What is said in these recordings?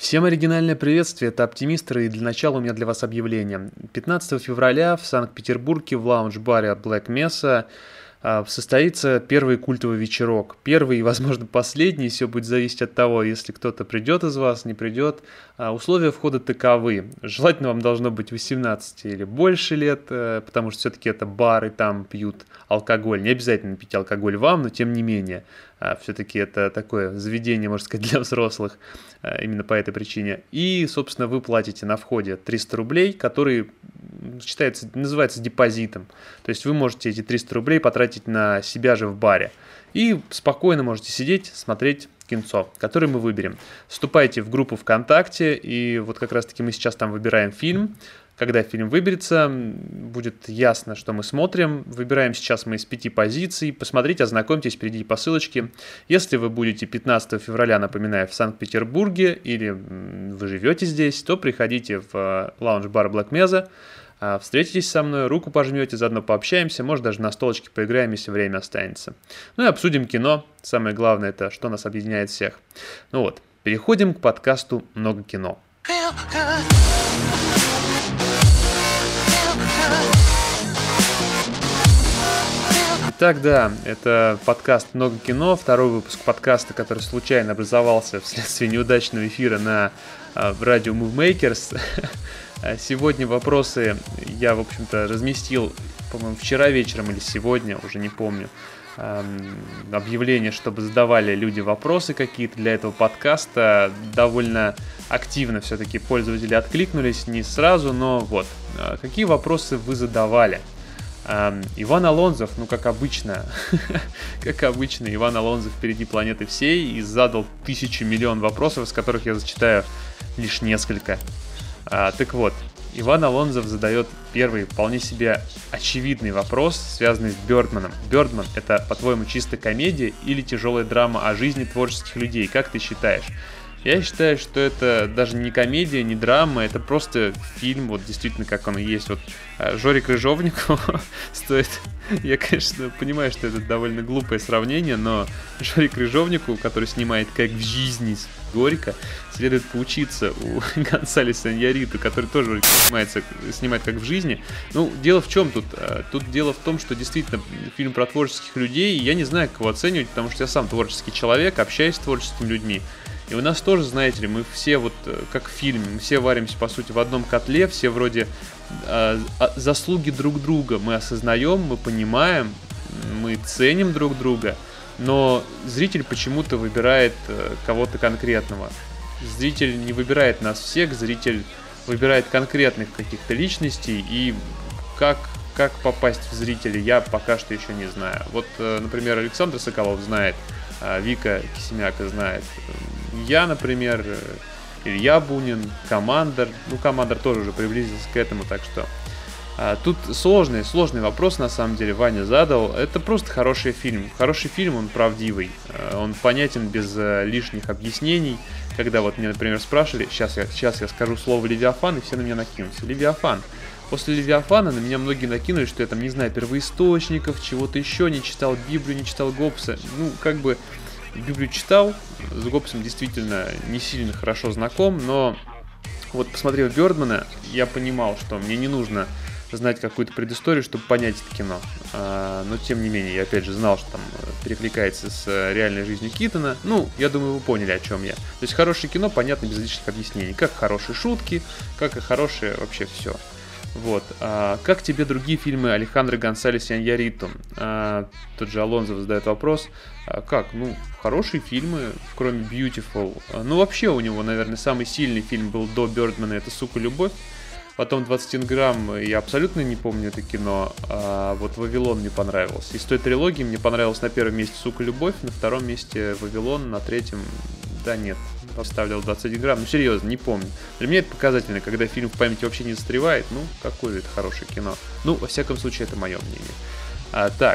Всем оригинальное приветствие, это Оптимистр, и для начала у меня для вас объявление. 15 февраля в Санкт-Петербурге в лаунж-баре Black Mesa состоится первый культовый вечерок. Первый и, возможно, последний, все будет зависеть от того, если кто-то придет из вас, не придет. Условия входа таковы. Желательно вам должно быть 18 или больше лет, потому что все-таки это бар, и там пьют алкоголь. Не обязательно пить алкоголь вам, но тем не менее. Все-таки это такое заведение, можно сказать, для взрослых, именно по этой причине. И, собственно, вы платите на входе 300 рублей, который называется депозитом. То есть вы можете эти 300 рублей потратить на себя же в баре. И спокойно можете сидеть, смотреть кинцо, которое мы выберем. Вступайте в группу ВКонтакте, и вот как раз-таки мы сейчас там выбираем фильм. Когда фильм выберется, будет ясно, что мы смотрим. Выбираем сейчас мы из 5 позиций. Посмотрите, ознакомьтесь, перейдите по ссылочке. Если вы будете 15 февраля, напоминаю, в Санкт-Петербурге, или вы живете здесь, то приходите в лаунж-бар Black Mesa, встретитесь со мной, руку пожмете, заодно пообщаемся, может даже на столочке поиграем, если время останется. Ну и обсудим кино. Самое главное, это что нас объединяет всех. Ну вот, переходим к подкасту «Много кино». Итак, да, это подкаст «Много кино», второй выпуск подкаста, который случайно образовался вследствие неудачного эфира в радио Movemakers. Сегодня вопросы я, в общем-то, разместил, по-моему, вчера вечером или сегодня, уже не помню, объявление, чтобы задавали люди вопросы какие-то для этого подкаста. Довольно активно все-таки пользователи откликнулись, не сразу, но вот. Какие вопросы вы задавали? Иван Алонзов, как обычно, Иван Алонзов впереди планеты всей и задал 1000 миллион вопросов, из которых я зачитаю лишь несколько. Так вот, Иван Алонзов задает первый, вполне себе очевидный вопрос, связанный с Бёрдманом. Бёрдман — это, по-твоему, чисто комедия или тжелая драма о жизни творческих людей? Как ты считаешь? Я считаю, что это даже не комедия, не драма, это просто фильм, вот действительно, как он и есть. Вот Жоре Крыжовнику стоит... Я, конечно, понимаю, что это довольно глупое сравнение, но Жоре Крыжовнику, который снимает «Как в жизни» горько, следует поучиться у Гонсалеса Иньярриту, который тоже снимает «Как в жизни». Ну, дело в чем тут? Тут дело в том, что действительно фильм про творческих людей, и я не знаю, как его оценивать, потому что я сам творческий человек, общаюсь с творческими людьми. И у нас тоже, знаете ли, мы все вот как в фильме, мы все варимся, по сути, в одном котле, все вроде заслуги друг друга мы осознаем, мы понимаем, мы ценим друг друга, но зритель почему-то выбирает кого-то конкретного. Зритель не выбирает нас всех, зритель выбирает конкретных каких-то личностей, и как попасть в зрителей, я пока что еще не знаю. Вот, например, Александр Соколов знает, Вика Кисемяка знает. Я, например, Илья Бунин, Командор. Командор тоже уже приблизился к этому, так что... Тут сложный вопрос, на самом деле, Ваня задал. Это просто хороший фильм. Хороший фильм, он правдивый. Он понятен без лишних объяснений. Когда вот мне, например, спрашивали, сейчас я скажу слово «Левиафан», и все на меня накинутся. Левиафан. После «Левиафана» на меня многие накинули, что я там, не знаю, первоисточников, чего-то еще не читал, Библию не читал, Гоббса. Библию читал, с Гоббсом действительно не сильно хорошо знаком, но вот посмотрев Бёрдмана, я понимал, что мне не нужно знать какую-то предысторию, чтобы понять это кино. Но тем не менее, я опять же знал, что там перекликается с реальной жизнью Китона. Я думаю, вы поняли, о чем я. То есть хорошее кино понятно без лишних объяснений. Как хорошие шутки, как и хорошее вообще все. Вот. Как тебе другие фильмы Алехандро Гонсалеса Иньярриту? Тот же Алонзов задает вопрос. Как? Хорошие фильмы, кроме Beautiful. Вообще у него, наверное, самый сильный фильм был до Бёрдмана, это «Сука, любовь». Потом 21 грамм, я абсолютно не помню это кино, вот «Вавилон» мне понравился. Из той трилогии мне понравилось на первом месте «Сука, любовь», на втором месте «Вавилон», на третьем, поставлял 21 грамм, серьезно, не помню. Для меня это показательно, когда фильм в памяти вообще не застревает, какое же это хорошее кино. Во всяком случае, это мое мнение.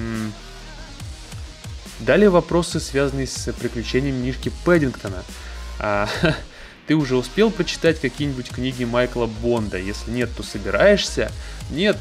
Далее вопросы, связанные с приключениями Мишки Пэддингтона. Ты уже успел прочитать какие-нибудь книги Майкла Бонда? Если нет, то собираешься? Нет,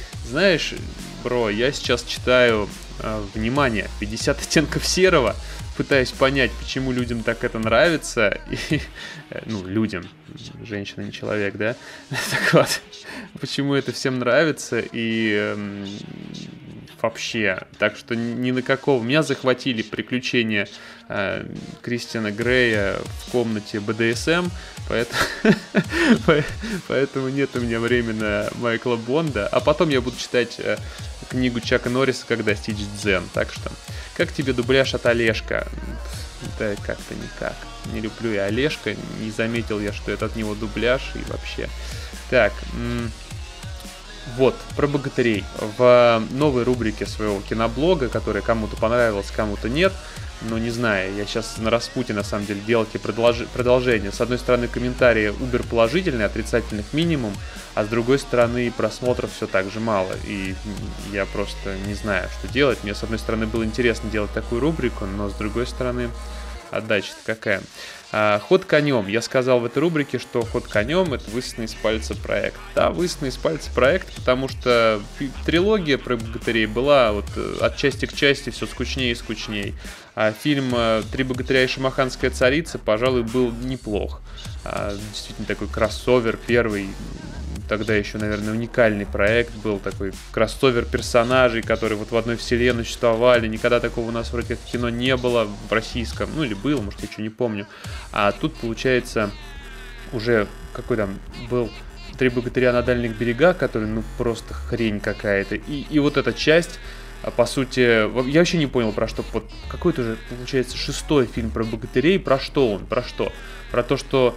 знаешь, бро, я сейчас читаю, внимание, 50 оттенков серого. пытаюсь понять, почему людям так это нравится. И, ну, людям, женщина не человек, да? Так вот, почему это всем нравится и вообще. Так что ни на какого. Меня захватили приключения Кристиана Грея в комнате БДСМ, поэтому нет у меня времени на Майкла Бонда. А потом я буду читать книгу Чака Норриса «Как достичь дзен». Так что, как тебе дубляж от Олежка? Да как-то никак. Не люблю я Олежка, не заметил я, что это от него дубляж и вообще. Так, вот, про богатырей. В новой рубрике своего киноблога, которая кому-то понравилась, кому-то нет, но не знаю, я сейчас на распутье, на самом деле, делайте продолжение. С одной стороны, комментарии убер положительные, отрицательных минимум, а с другой стороны, просмотров все так же мало. И я просто не знаю, что делать. Мне, с одной стороны, было интересно делать такую рубрику, но с другой стороны, отдача-то какая. Ход конем. Я сказал в этой рубрике, что ход конем — это высосанный из пальца проект. Да, высосанный из пальца проект, потому что трилогия про богатырей была вот от части к части все скучнее и скучнее. А фильм «Три богатыря и шамаханская царица», пожалуй, был неплох. Действительно такой кроссовер первый. Тогда еще, наверное, уникальный проект был, такой кроссовер персонажей, которые вот в одной вселенной существовали. Никогда такого у нас вроде как в кино не было в российском. Ну или было, может, я что не помню. А тут, получается, уже какой там был «Три богатыря на дальних берегах», который, ну, просто хрень какая-то. И вот эта часть, по сути, я вообще не понял, про что. Вот какой-то уже, получается, 6-й фильм про богатырей. Про что он? Про что? Про то, что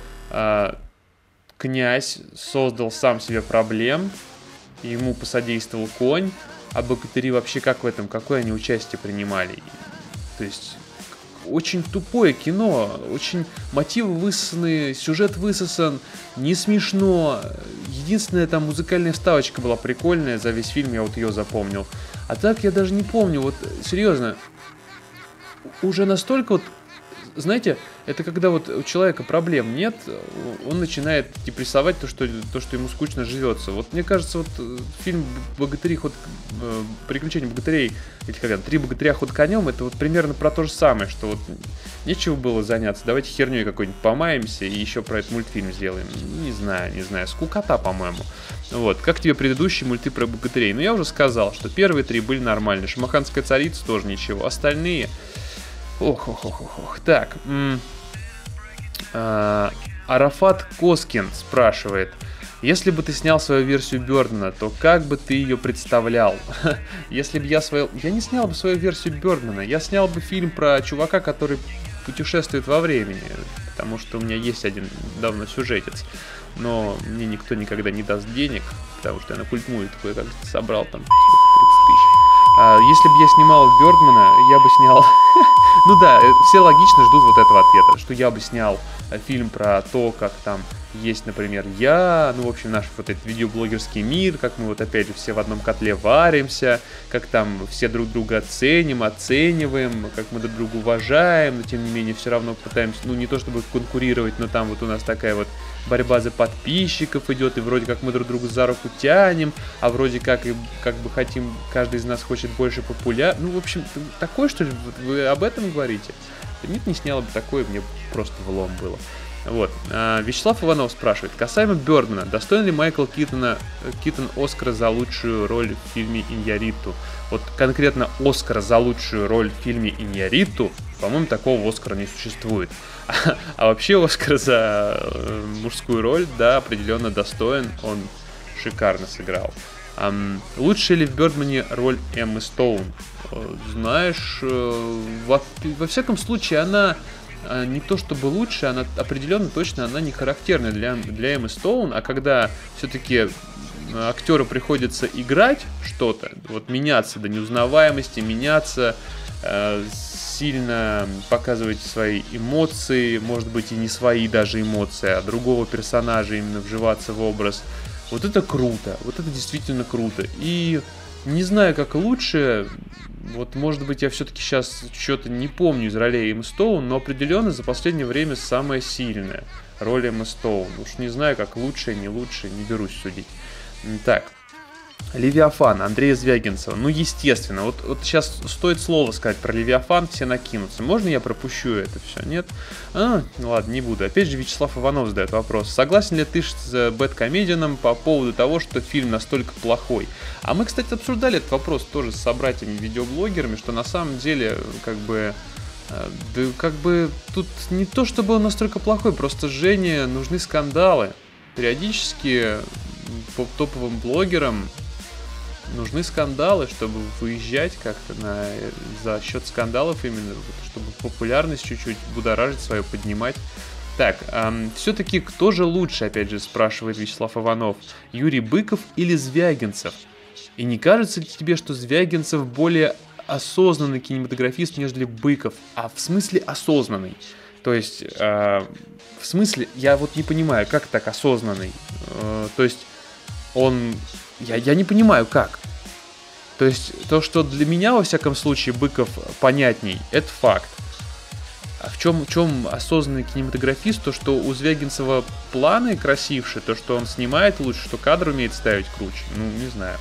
князь создал сам себе проблем, ему посодействовал конь, а богатыри вообще как в этом, какое они участие принимали? То есть очень тупое кино, очень мотивы высосаны, сюжет высосан, не смешно. Единственная там музыкальная вставочка была прикольная за весь фильм, я вот ее запомнил. А так я даже не помню, вот серьезно, уже настолько вот, знаете, это когда вот у человека проблем нет, он начинает депрессовать то, что ему скучно живется. Вот мне кажется, вот фильм «Богатыри. Приключения богатырей», или как это, «Три богатыря. Ход конем», это вот примерно про то же самое, что вот нечего было заняться, давайте херней какой-нибудь помаемся и еще про этот мультфильм сделаем. Не знаю, скукота, по-моему. Вот, как тебе предыдущие мульты про богатырей? Ну, я уже сказал, что первые три были нормальные, «Шамаханская царица» тоже ничего, остальные... Ох. Так. Арафат Коскин спрашивает: если бы ты снял свою версию Бёрдмана, то как бы ты ее представлял? Если бы я не снял бы свою версию Бёрдмана, я снял бы фильм про чувака, который путешествует во времени, потому что у меня есть один давно сюжетец, но мне никто никогда не даст денег, потому что я на Культмуве кое-как собрал там 30 тысяч. Если бы я снимал Бёрдмана, я бы снял... Ну да, все логично ждут вот этого ответа, что я бы снял фильм про то, как там есть, например, в общем, наш вот этот видеоблогерский мир, как мы вот опять же все в одном котле варимся, как там все друг друга оцениваем, как мы друг друга уважаем, но тем не менее все равно пытаемся, ну не то чтобы конкурировать, но там вот у нас такая вот борьба за подписчиков идет, и вроде как мы друг друга за руку тянем, а вроде как и как бы хотим, каждый из нас хочет больше популярности. Ну, в общем, такое, что ли, вы об этом говорите? Нет, не сняла бы такое, мне просто влом было. Вот. Вячеслав Иванов спрашивает: касаемо Бёрдмана, достоин ли Майкл Китон Оскара за лучшую роль в фильме «Иньярриту»? Вот конкретно Оскара за лучшую роль в фильме «Иньярриту», по-моему, такого Оскара не существует. А вообще Оскар за мужскую роль, да, определенно достоин, он шикарно сыграл. Лучшая ли в Бёрдмане роль Эммы Стоун? Знаешь, во всяком случае, она не то чтобы лучше, она определенно точно она не характерна для Эммы Стоун, а когда все-таки актеру приходится играть что-то, вот меняться до неузнаваемости, меняться, сильно показывать свои эмоции, может быть и не свои даже эмоции, а другого персонажа именно вживаться в образ, вот это круто, вот это действительно круто. И не знаю, как лучше. Вот, может быть, я все-таки сейчас что-то не помню из ролей Эммы Стоун, но определенно за последнее время самая сильная роль Эммы Стоун. Уж не знаю, как лучше, не берусь судить. Так. Левиафан Андрея Звягинцева. Ну, естественно. Вот сейчас стоит слово сказать про Левиафан, все накинутся. Можно я пропущу это все? Нет? Ладно, не буду. Опять же, Вячеслав Иванов задает вопрос. Согласен ли ты с Бэткомедианом по поводу того, что фильм настолько плохой? А мы, кстати, обсуждали этот вопрос тоже с собратьями-видеоблогерами, что на самом деле, тут не то, чтобы он настолько плохой, просто Жене нужны скандалы. Периодически по топовым блогерам нужны скандалы, чтобы выезжать как-то за счет скандалов именно, чтобы популярность чуть-чуть будоражить свою, поднимать. Так, все-таки кто же лучше, опять же, спрашивает Вячеслав Иванов, Юрий Быков или Звягинцев? И не кажется ли тебе, что Звягинцев более осознанный кинематографист, нежели Быков? А в смысле осознанный? То есть, в смысле, я вот не понимаю, как так осознанный? То есть, Я не понимаю, как. То есть, то, что для меня, во всяком случае, Быков понятней, это факт. А в чем осознанный кинематографист? То, что у Звягинцева планы красившие, то, что он снимает лучше, что кадр умеет ставить круче. Ну, не знаю.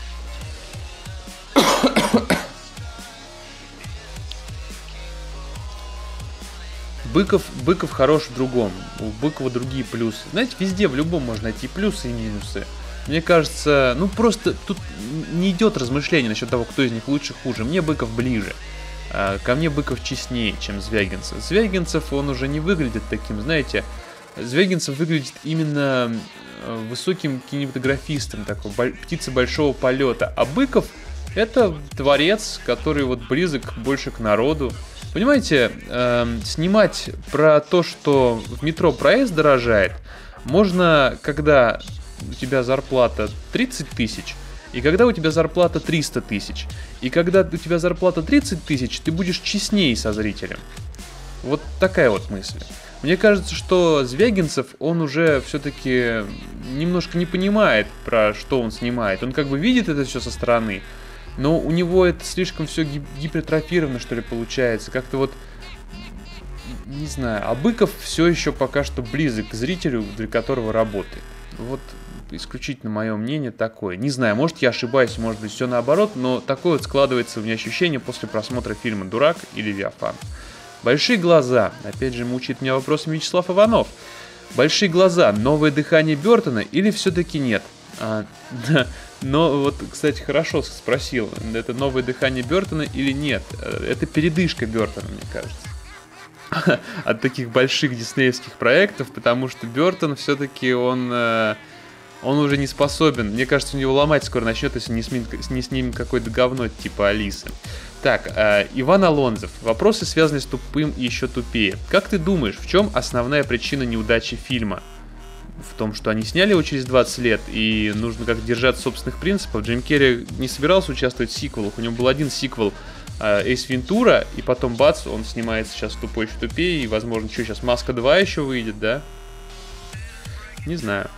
Быков хорош в другом. У Быкова другие плюсы. Знаете, везде, в любом можно найти плюсы и минусы. Мне кажется, просто тут не идет размышление насчет того, кто из них лучше, хуже. Мне Быков ближе. Ко мне Быков честнее, чем Звягинцев. Звягинцев, он уже не выглядит таким, знаете, Звягинцев выглядит именно высоким кинематографистом, такой, птица большого полета. А Быков — это творец, который вот близок больше к народу. Понимаете, снимать про то, что в метро проезд дорожает, можно, когда у тебя зарплата 30 тысяч, и когда у тебя зарплата 300 тысяч. И когда у тебя зарплата 30 тысяч, ты будешь честней со зрителем. Вот такая вот мысль. Мне кажется, что Звягинцев, он уже все-таки немножко не понимает, про что он снимает. Он как бы видит это все со стороны, но у него это слишком все гипертрофировано, что ли, получается. Как-то вот, не знаю, а Быков все еще пока что близок к зрителю, для которого работает. Вот исключительно мое мнение такое. Не знаю, может я ошибаюсь, может быть все наоборот, но такое вот складывается у меня ощущение после просмотра фильма «Дурак» и «Левиафан». «Большие глаза». Опять же мучает меня вопросом Вячеслав Иванов. «Большие глаза» — новое дыхание Бёртона или все-таки нет? Но вот, кстати, хорошо спросил, это новое дыхание Бёртона или нет? Это передышка Бёртона, мне кажется, от таких больших диснеевских проектов, потому что Бёртон все-таки он уже не способен. Мне кажется, у него ломать скоро начнет, если не снимем какое-то говно типа Алисы. Так, Иван Алонзов. Вопросы, связанные с тупым и еще тупее. Как ты думаешь, в чем основная причина неудачи фильма? В том, что они сняли его через 20 лет, и нужно как-то держаться собственных принципов. Джим Керри не собирался участвовать в сиквелах. У него был один сиквел, Эйс Вентура, и потом бац, он снимается сейчас «Тупой еще тупее», и, возможно, что сейчас, «Маска 2» еще выйдет, да? Не знаю.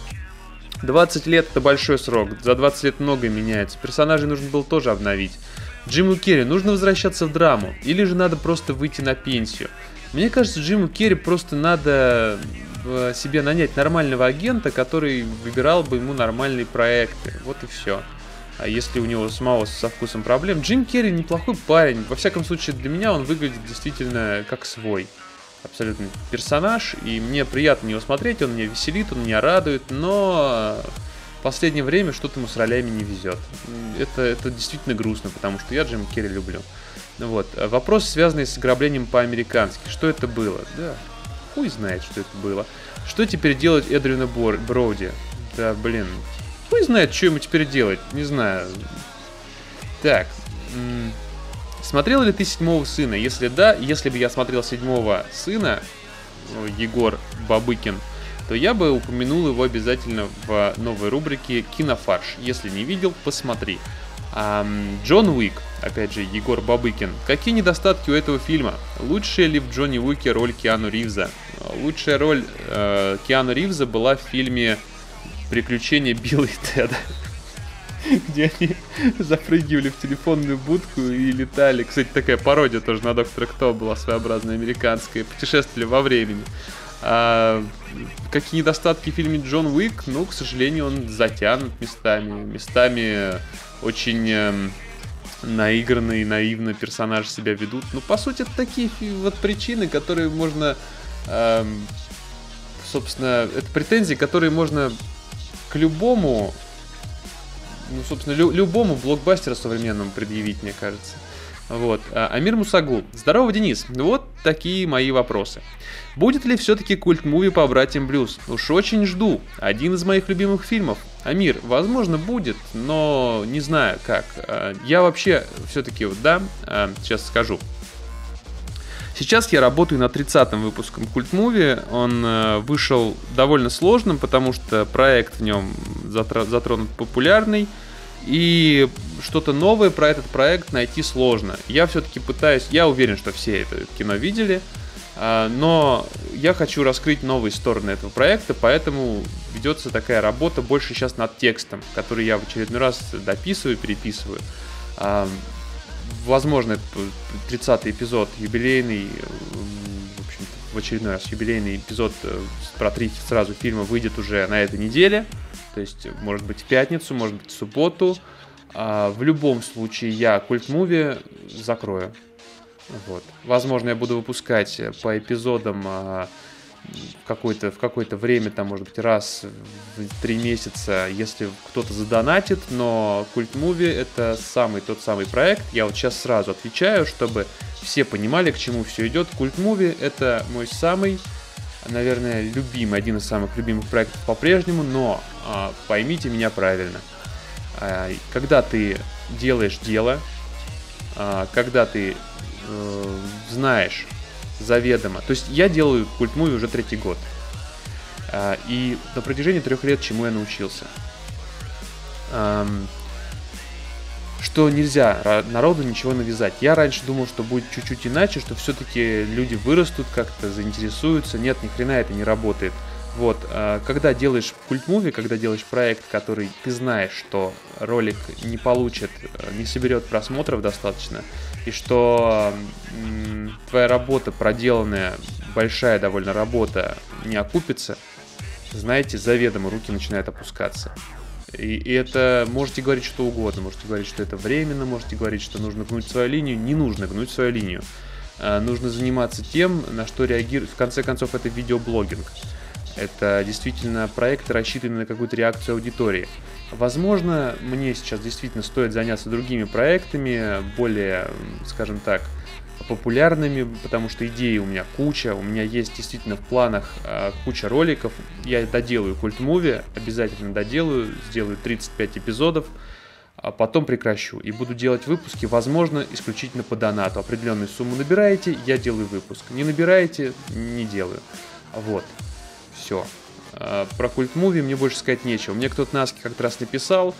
20 лет — это большой срок, за 20 лет многое меняется. Персонажей нужно было тоже обновить. Джиму Керри нужно возвращаться в драму, или же надо просто выйти на пенсию? Мне кажется, Джиму Керри просто надо себе нанять нормального агента, который выбирал бы ему нормальные проекты. Вот и все. А если у него самого со вкусом проблем... Джим Керри неплохой парень. Во всяком случае, для меня он выглядит действительно как свой. Абсолютно персонаж. И мне приятно его смотреть. Он меня веселит, он меня радует. Но в последнее время что-то ему с ролями не везет. Это действительно грустно, потому что я Джима Керри люблю. Вот. Вопрос, связанный с ограблением по-американски. Что это было? Да, хуй знает, что это было. Что теперь делать Эдриану Броуди? Да, блин. Хуй знает, что ему теперь делать. Не знаю. Так. Смотрел ли ты «Седьмого сына»? Если да, если бы я смотрел «Седьмого сына», Егор Бабыкин, то я бы упомянул его обязательно в новой рубрике «Кинофарш». Если не видел, посмотри. Джон Уик, опять же, Егор Бабыкин. Какие недостатки у этого фильма? Лучшая ли в Джонни Уике роль Киану Ривза? Лучшая роль Киану Ривза была в фильме «Приключения Билла и Теда», где они запрыгивали в телефонную будку и летали. Кстати, такая пародия тоже на Доктора Кто была своеобразная, американская. Путешествовали во времени. Какие недостатки в фильме Джон Уик? Ну, к сожалению, он затянут местами очень наигранно и наивно персонажи себя ведут. Ну, по сути, это такие вот причины, которые можно, собственно, это претензии, которые можно к любому, ну, собственно, любому блокбастеру современному предъявить, мне кажется. Вот. Амир Мусагул. Здорово, Денис. Вот такие мои вопросы. Будет ли все-таки культ-муви по «Братьям Блюз»? Уж очень жду. Один из моих любимых фильмов. Амир, возможно, будет, но не знаю как. Я вообще все-таки, да, сейчас скажу. Сейчас я работаю над 30-м выпуском культ-муви. Он вышел довольно сложным, потому что проект в нем затронут популярный. И что-то новое про этот проект найти сложно. Я все-таки пытаюсь, я уверен, что все это кино видели, но я хочу раскрыть новые стороны этого проекта, поэтому ведется такая работа больше сейчас над текстом, который я в очередной раз дописываю, переписываю. Возможно, это 30-й эпизод юбилейный, в общем-то, в очередной раз юбилейный эпизод про 3 сразу фильма выйдет уже на этой неделе. То есть, может быть, в пятницу, может быть, в субботу. В любом случае, я культ-муви закрою. Вот. Возможно, я буду выпускать по эпизодам в какое-то время, там, может быть, раз в 3 месяца, если кто-то задонатит. Но культ-муви — это тот самый проект. Я вот сейчас сразу отвечаю, чтобы все понимали, к чему все идет. Культ-муви — это мой самый, наверное, любимый, один из самых любимых проектов по-прежнему, но поймите меня правильно. Когда ты делаешь дело, когда ты знаешь заведомо, то есть я делаю культ-муви уже 3-й год, и на протяжении 3 лет чему я научился? Что нельзя народу ничего навязать. Я раньше думал, что будет чуть-чуть иначе, что все-таки люди вырастут, как-то заинтересуются. Нет, ни хрена это не работает. Вот, когда делаешь культ-муви, когда делаешь проект, который ты знаешь, что ролик не получит, не соберет просмотров достаточно, и что твоя работа, проделанная, большая довольно работа, не окупится, знаете, заведомо руки начинают опускаться. И это можете говорить что угодно, можете говорить, что это временно, можете говорить, что нужно гнуть свою линию. Не нужно гнуть свою линию. Нужно заниматься тем, на что реагирует. В конце концов, это видеоблогинг. Это действительно проекты, рассчитанные на какую-то реакцию аудитории. Возможно, мне сейчас действительно стоит заняться другими проектами, более, скажем так, популярными, потому что идей у меня куча, у меня есть действительно в планах куча роликов. Я доделаю культ-муви, обязательно доделаю, сделаю 35 эпизодов, а потом прекращу и буду делать выпуски, возможно, исключительно по донату. Определенную сумму набираете, я делаю выпуск. Не набираете, не делаю. Вот, все. Про культ-муви мне больше сказать нечего. Мне кто-то на Аске как-то раз написал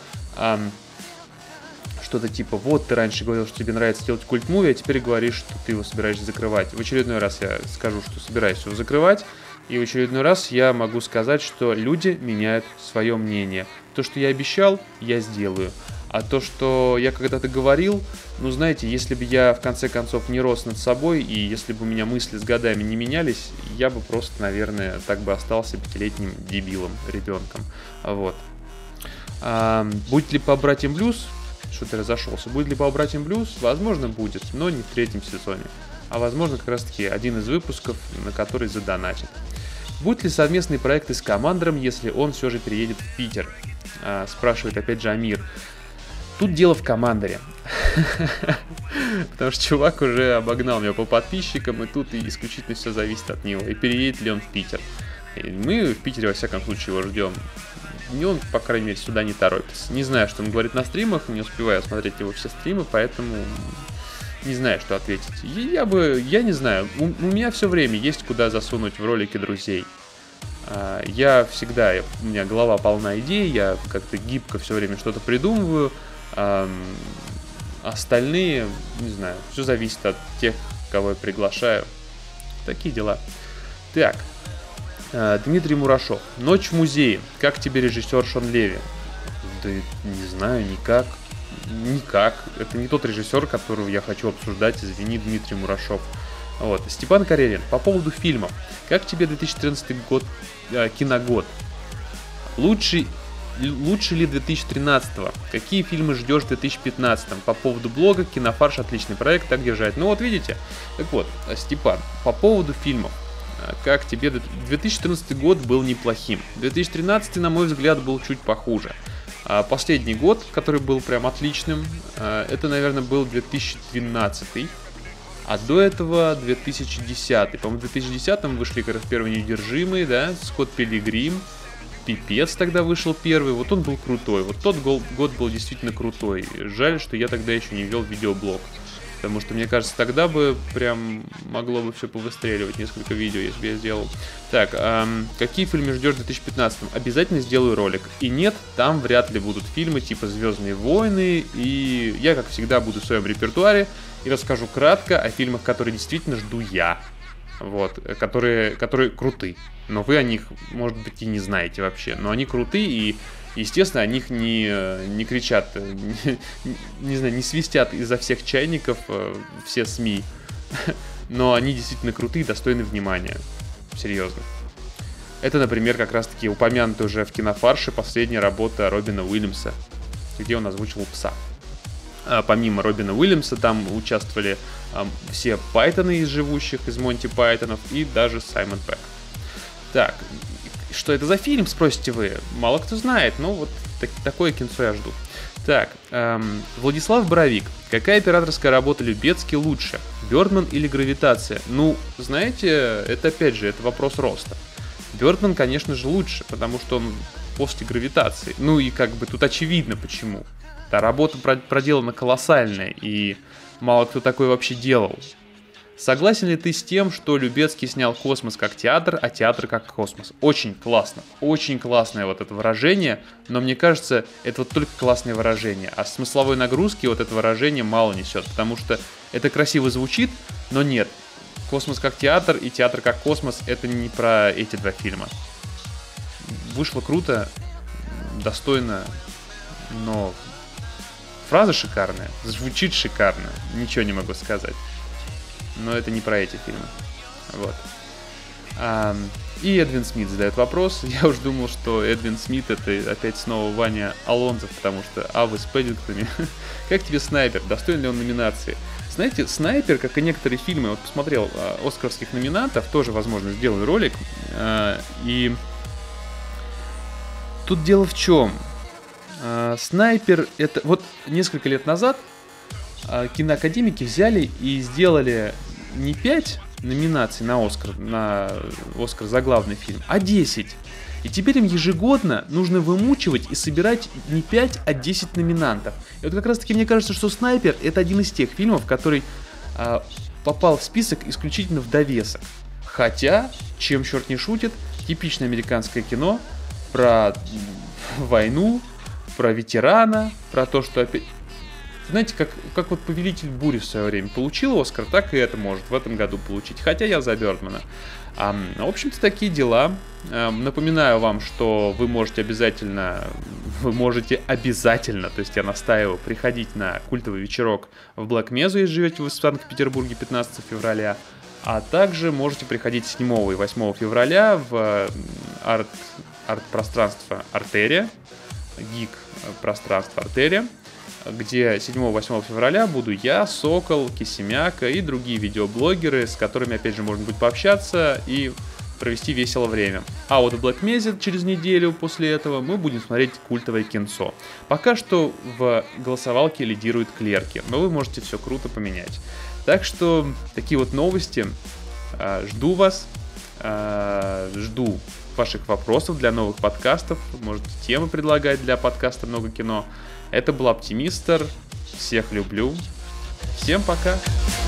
что-то типа: вот ты раньше говорил, что тебе нравится делать культ-муви, а теперь говоришь, что ты его собираешься закрывать. В очередной раз я скажу, что собираюсь его закрывать, и в очередной раз я могу сказать, что люди меняют свое мнение. То, что я обещал, я сделаю. А то, что я когда-то говорил, ну, знаете, если бы я в конце концов не рос над собой, и если бы у меня мысли с годами не менялись, я бы просто, наверное, так бы остался 5-летним дебилом, ребенком. Вот. Будет ли по «Братьям Блюз»? Что-то разошелся. Будет ли по «Братьям Блюз»? Возможно, будет, но не в 3-м сезоне. А возможно, как раз таки один из выпусков, на который задонатит. Будут ли совместные проекты с Командором, если он все же переедет в Питер? Спрашивает опять же Амир. Тут дело в Командоре. Потому что чувак уже обогнал меня по подписчикам, и тут исключительно все зависит от него. И переедет ли он в Питер. И мы в Питере, во всяком случае, его ждем. И он, по крайней мере, сюда не торопится. Не знаю, что он говорит на стримах, не успеваю смотреть его все стримы, поэтому не знаю, что ответить. Я не знаю, у меня все время есть куда засунуть в ролики друзей. Я всегда, у меня голова полна идей, я как-то гибко все время что-то придумываю. Остальные, не знаю, все зависит от тех, кого я приглашаю. Такие дела. Так. Дмитрий Мурашов. «Ночь в музее. Как тебе режиссер Шон Леви?» Да не знаю, никак. Никак. Это не тот режиссер, которого я хочу обсуждать. Извини, Дмитрий Мурашов. Вот. Степан Карелин. По поводу фильмов. Как тебе 2013 год, киногод? Лучше ли 2013-го? Какие фильмы ждешь в 2015-м? По поводу блога, Кинофарш, отличный проект, так держать. Ну вот видите. Так вот, Степан, по поводу фильмов. Как тебе? 2014 год был неплохим. 2013, на мой взгляд, был чуть похуже. Последний год, который был прям отличным, это, наверное, был 2012. А до этого 2010. По-моему, в 2010-м вышли как раз первые «Неудержимые», да, «Скотт Пилигрим», «Пипец» тогда вышел первый. Вот он был крутой. Вот тот год был действительно крутой. Жаль, что я тогда еще не вел видеоблог. Потому что, мне кажется, тогда бы прям могло бы все повыстреливать, несколько видео, если бы я сделал. Так, какие фильмы ждешь в 2015-м? Обязательно сделаю ролик. И нет, там вряд ли будут фильмы типа «Звездные войны». И я, как всегда, буду в своем репертуаре и расскажу кратко о фильмах, которые действительно жду я. Вот, которые круты. Но вы о них, может быть, и не знаете вообще. Но они крутые, и, естественно, о них не кричат, не знаю, не свистят изо всех чайников все СМИ. Но они действительно крутые и достойны внимания. Серьезно. Это, например, как раз-таки упомянутая уже в «Кинофарше» последняя работа Робина Уильямса, где он озвучивал пса. Помимо Робина Уильямса там участвовали все Пайтоны из живущих, из Монти Пайтонов, и даже Саймон Пегг. Так, что это за фильм, спросите вы? Мало кто знает, но вот такое кинцо я жду. Так, Владислав Боровик. Какая операторская работа Любецки лучше? Бёрдман или Гравитация? Ну, знаете, это опять же, это вопрос роста. Бёрдман, конечно же, лучше, потому что он после Гравитации. Ну и как бы тут очевидно почему. Та работа проделана колоссальная, и мало кто такое вообще делал. Согласен ли ты с тем, что Любецкий снял космос как театр, а театр как космос? Очень классно. Очень классное вот это выражение, но мне кажется, это вот только классное выражение. А смысловой нагрузки вот это выражение мало несет, потому что это красиво звучит, но нет. Космос как театр и театр как космос — это не про эти два фильма. Вышло круто, достойно, но фраза шикарная, звучит шикарно, ничего не могу сказать. Но это не про эти фильмы. Вот. И Эдвин Смит задает вопрос. Я уж думал, что Эдвин Смит — это опять снова Ваня Алонзов, потому что вы с Пэддингтонами. Как тебе «Снайпер»? Достоин ли он номинации? Знаете, «Снайпер», как и некоторые фильмы, вот посмотрел оскаровских номинантов, тоже, возможно, сделаю ролик. И тут дело в чем? «Снайпер» — это... Вот несколько лет назад киноакадемики взяли и сделали не 5 номинаций на Оскар за главный фильм, а 10. И теперь им ежегодно нужно вымучивать и собирать не 5, а 10 номинантов. И вот как раз таки мне кажется, что «Снайпер» — это один из тех фильмов, который попал в список исключительно в довесок. Хотя, чем черт не шутит, типичное американское кино про войну, про ветерана, про то, что опять... Знаете, как вот «Повелитель бури» в свое время получил Оскар, так и это может в этом году получить. Хотя я за Бёрдмана. В общем-то, такие дела. Напоминаю вам, что вы можете обязательно, то есть я настаиваю, приходить на культовый вечерок в Black Mesa, если живете вы в Санкт-Петербурге 15 февраля. А также можете приходить 7 и 8 февраля в арт-пространство Артерия, гик-пространство Артерия, где 7-8 февраля буду я, Сокол, Кисемяка и другие видеоблогеры, с которыми, опять же, можно будет пообщаться и провести весело время. А вот в Black Mesa через неделю после этого мы будем смотреть культовое кинцо. Пока что в голосовалке лидируют клерки, но вы можете все круто поменять. Так что такие вот новости. Жду вас, жду ваших вопросов для новых подкастов. Можете темы предлагать для подкаста «Много кино». Это был Оптимистр. Всех люблю. Всем пока.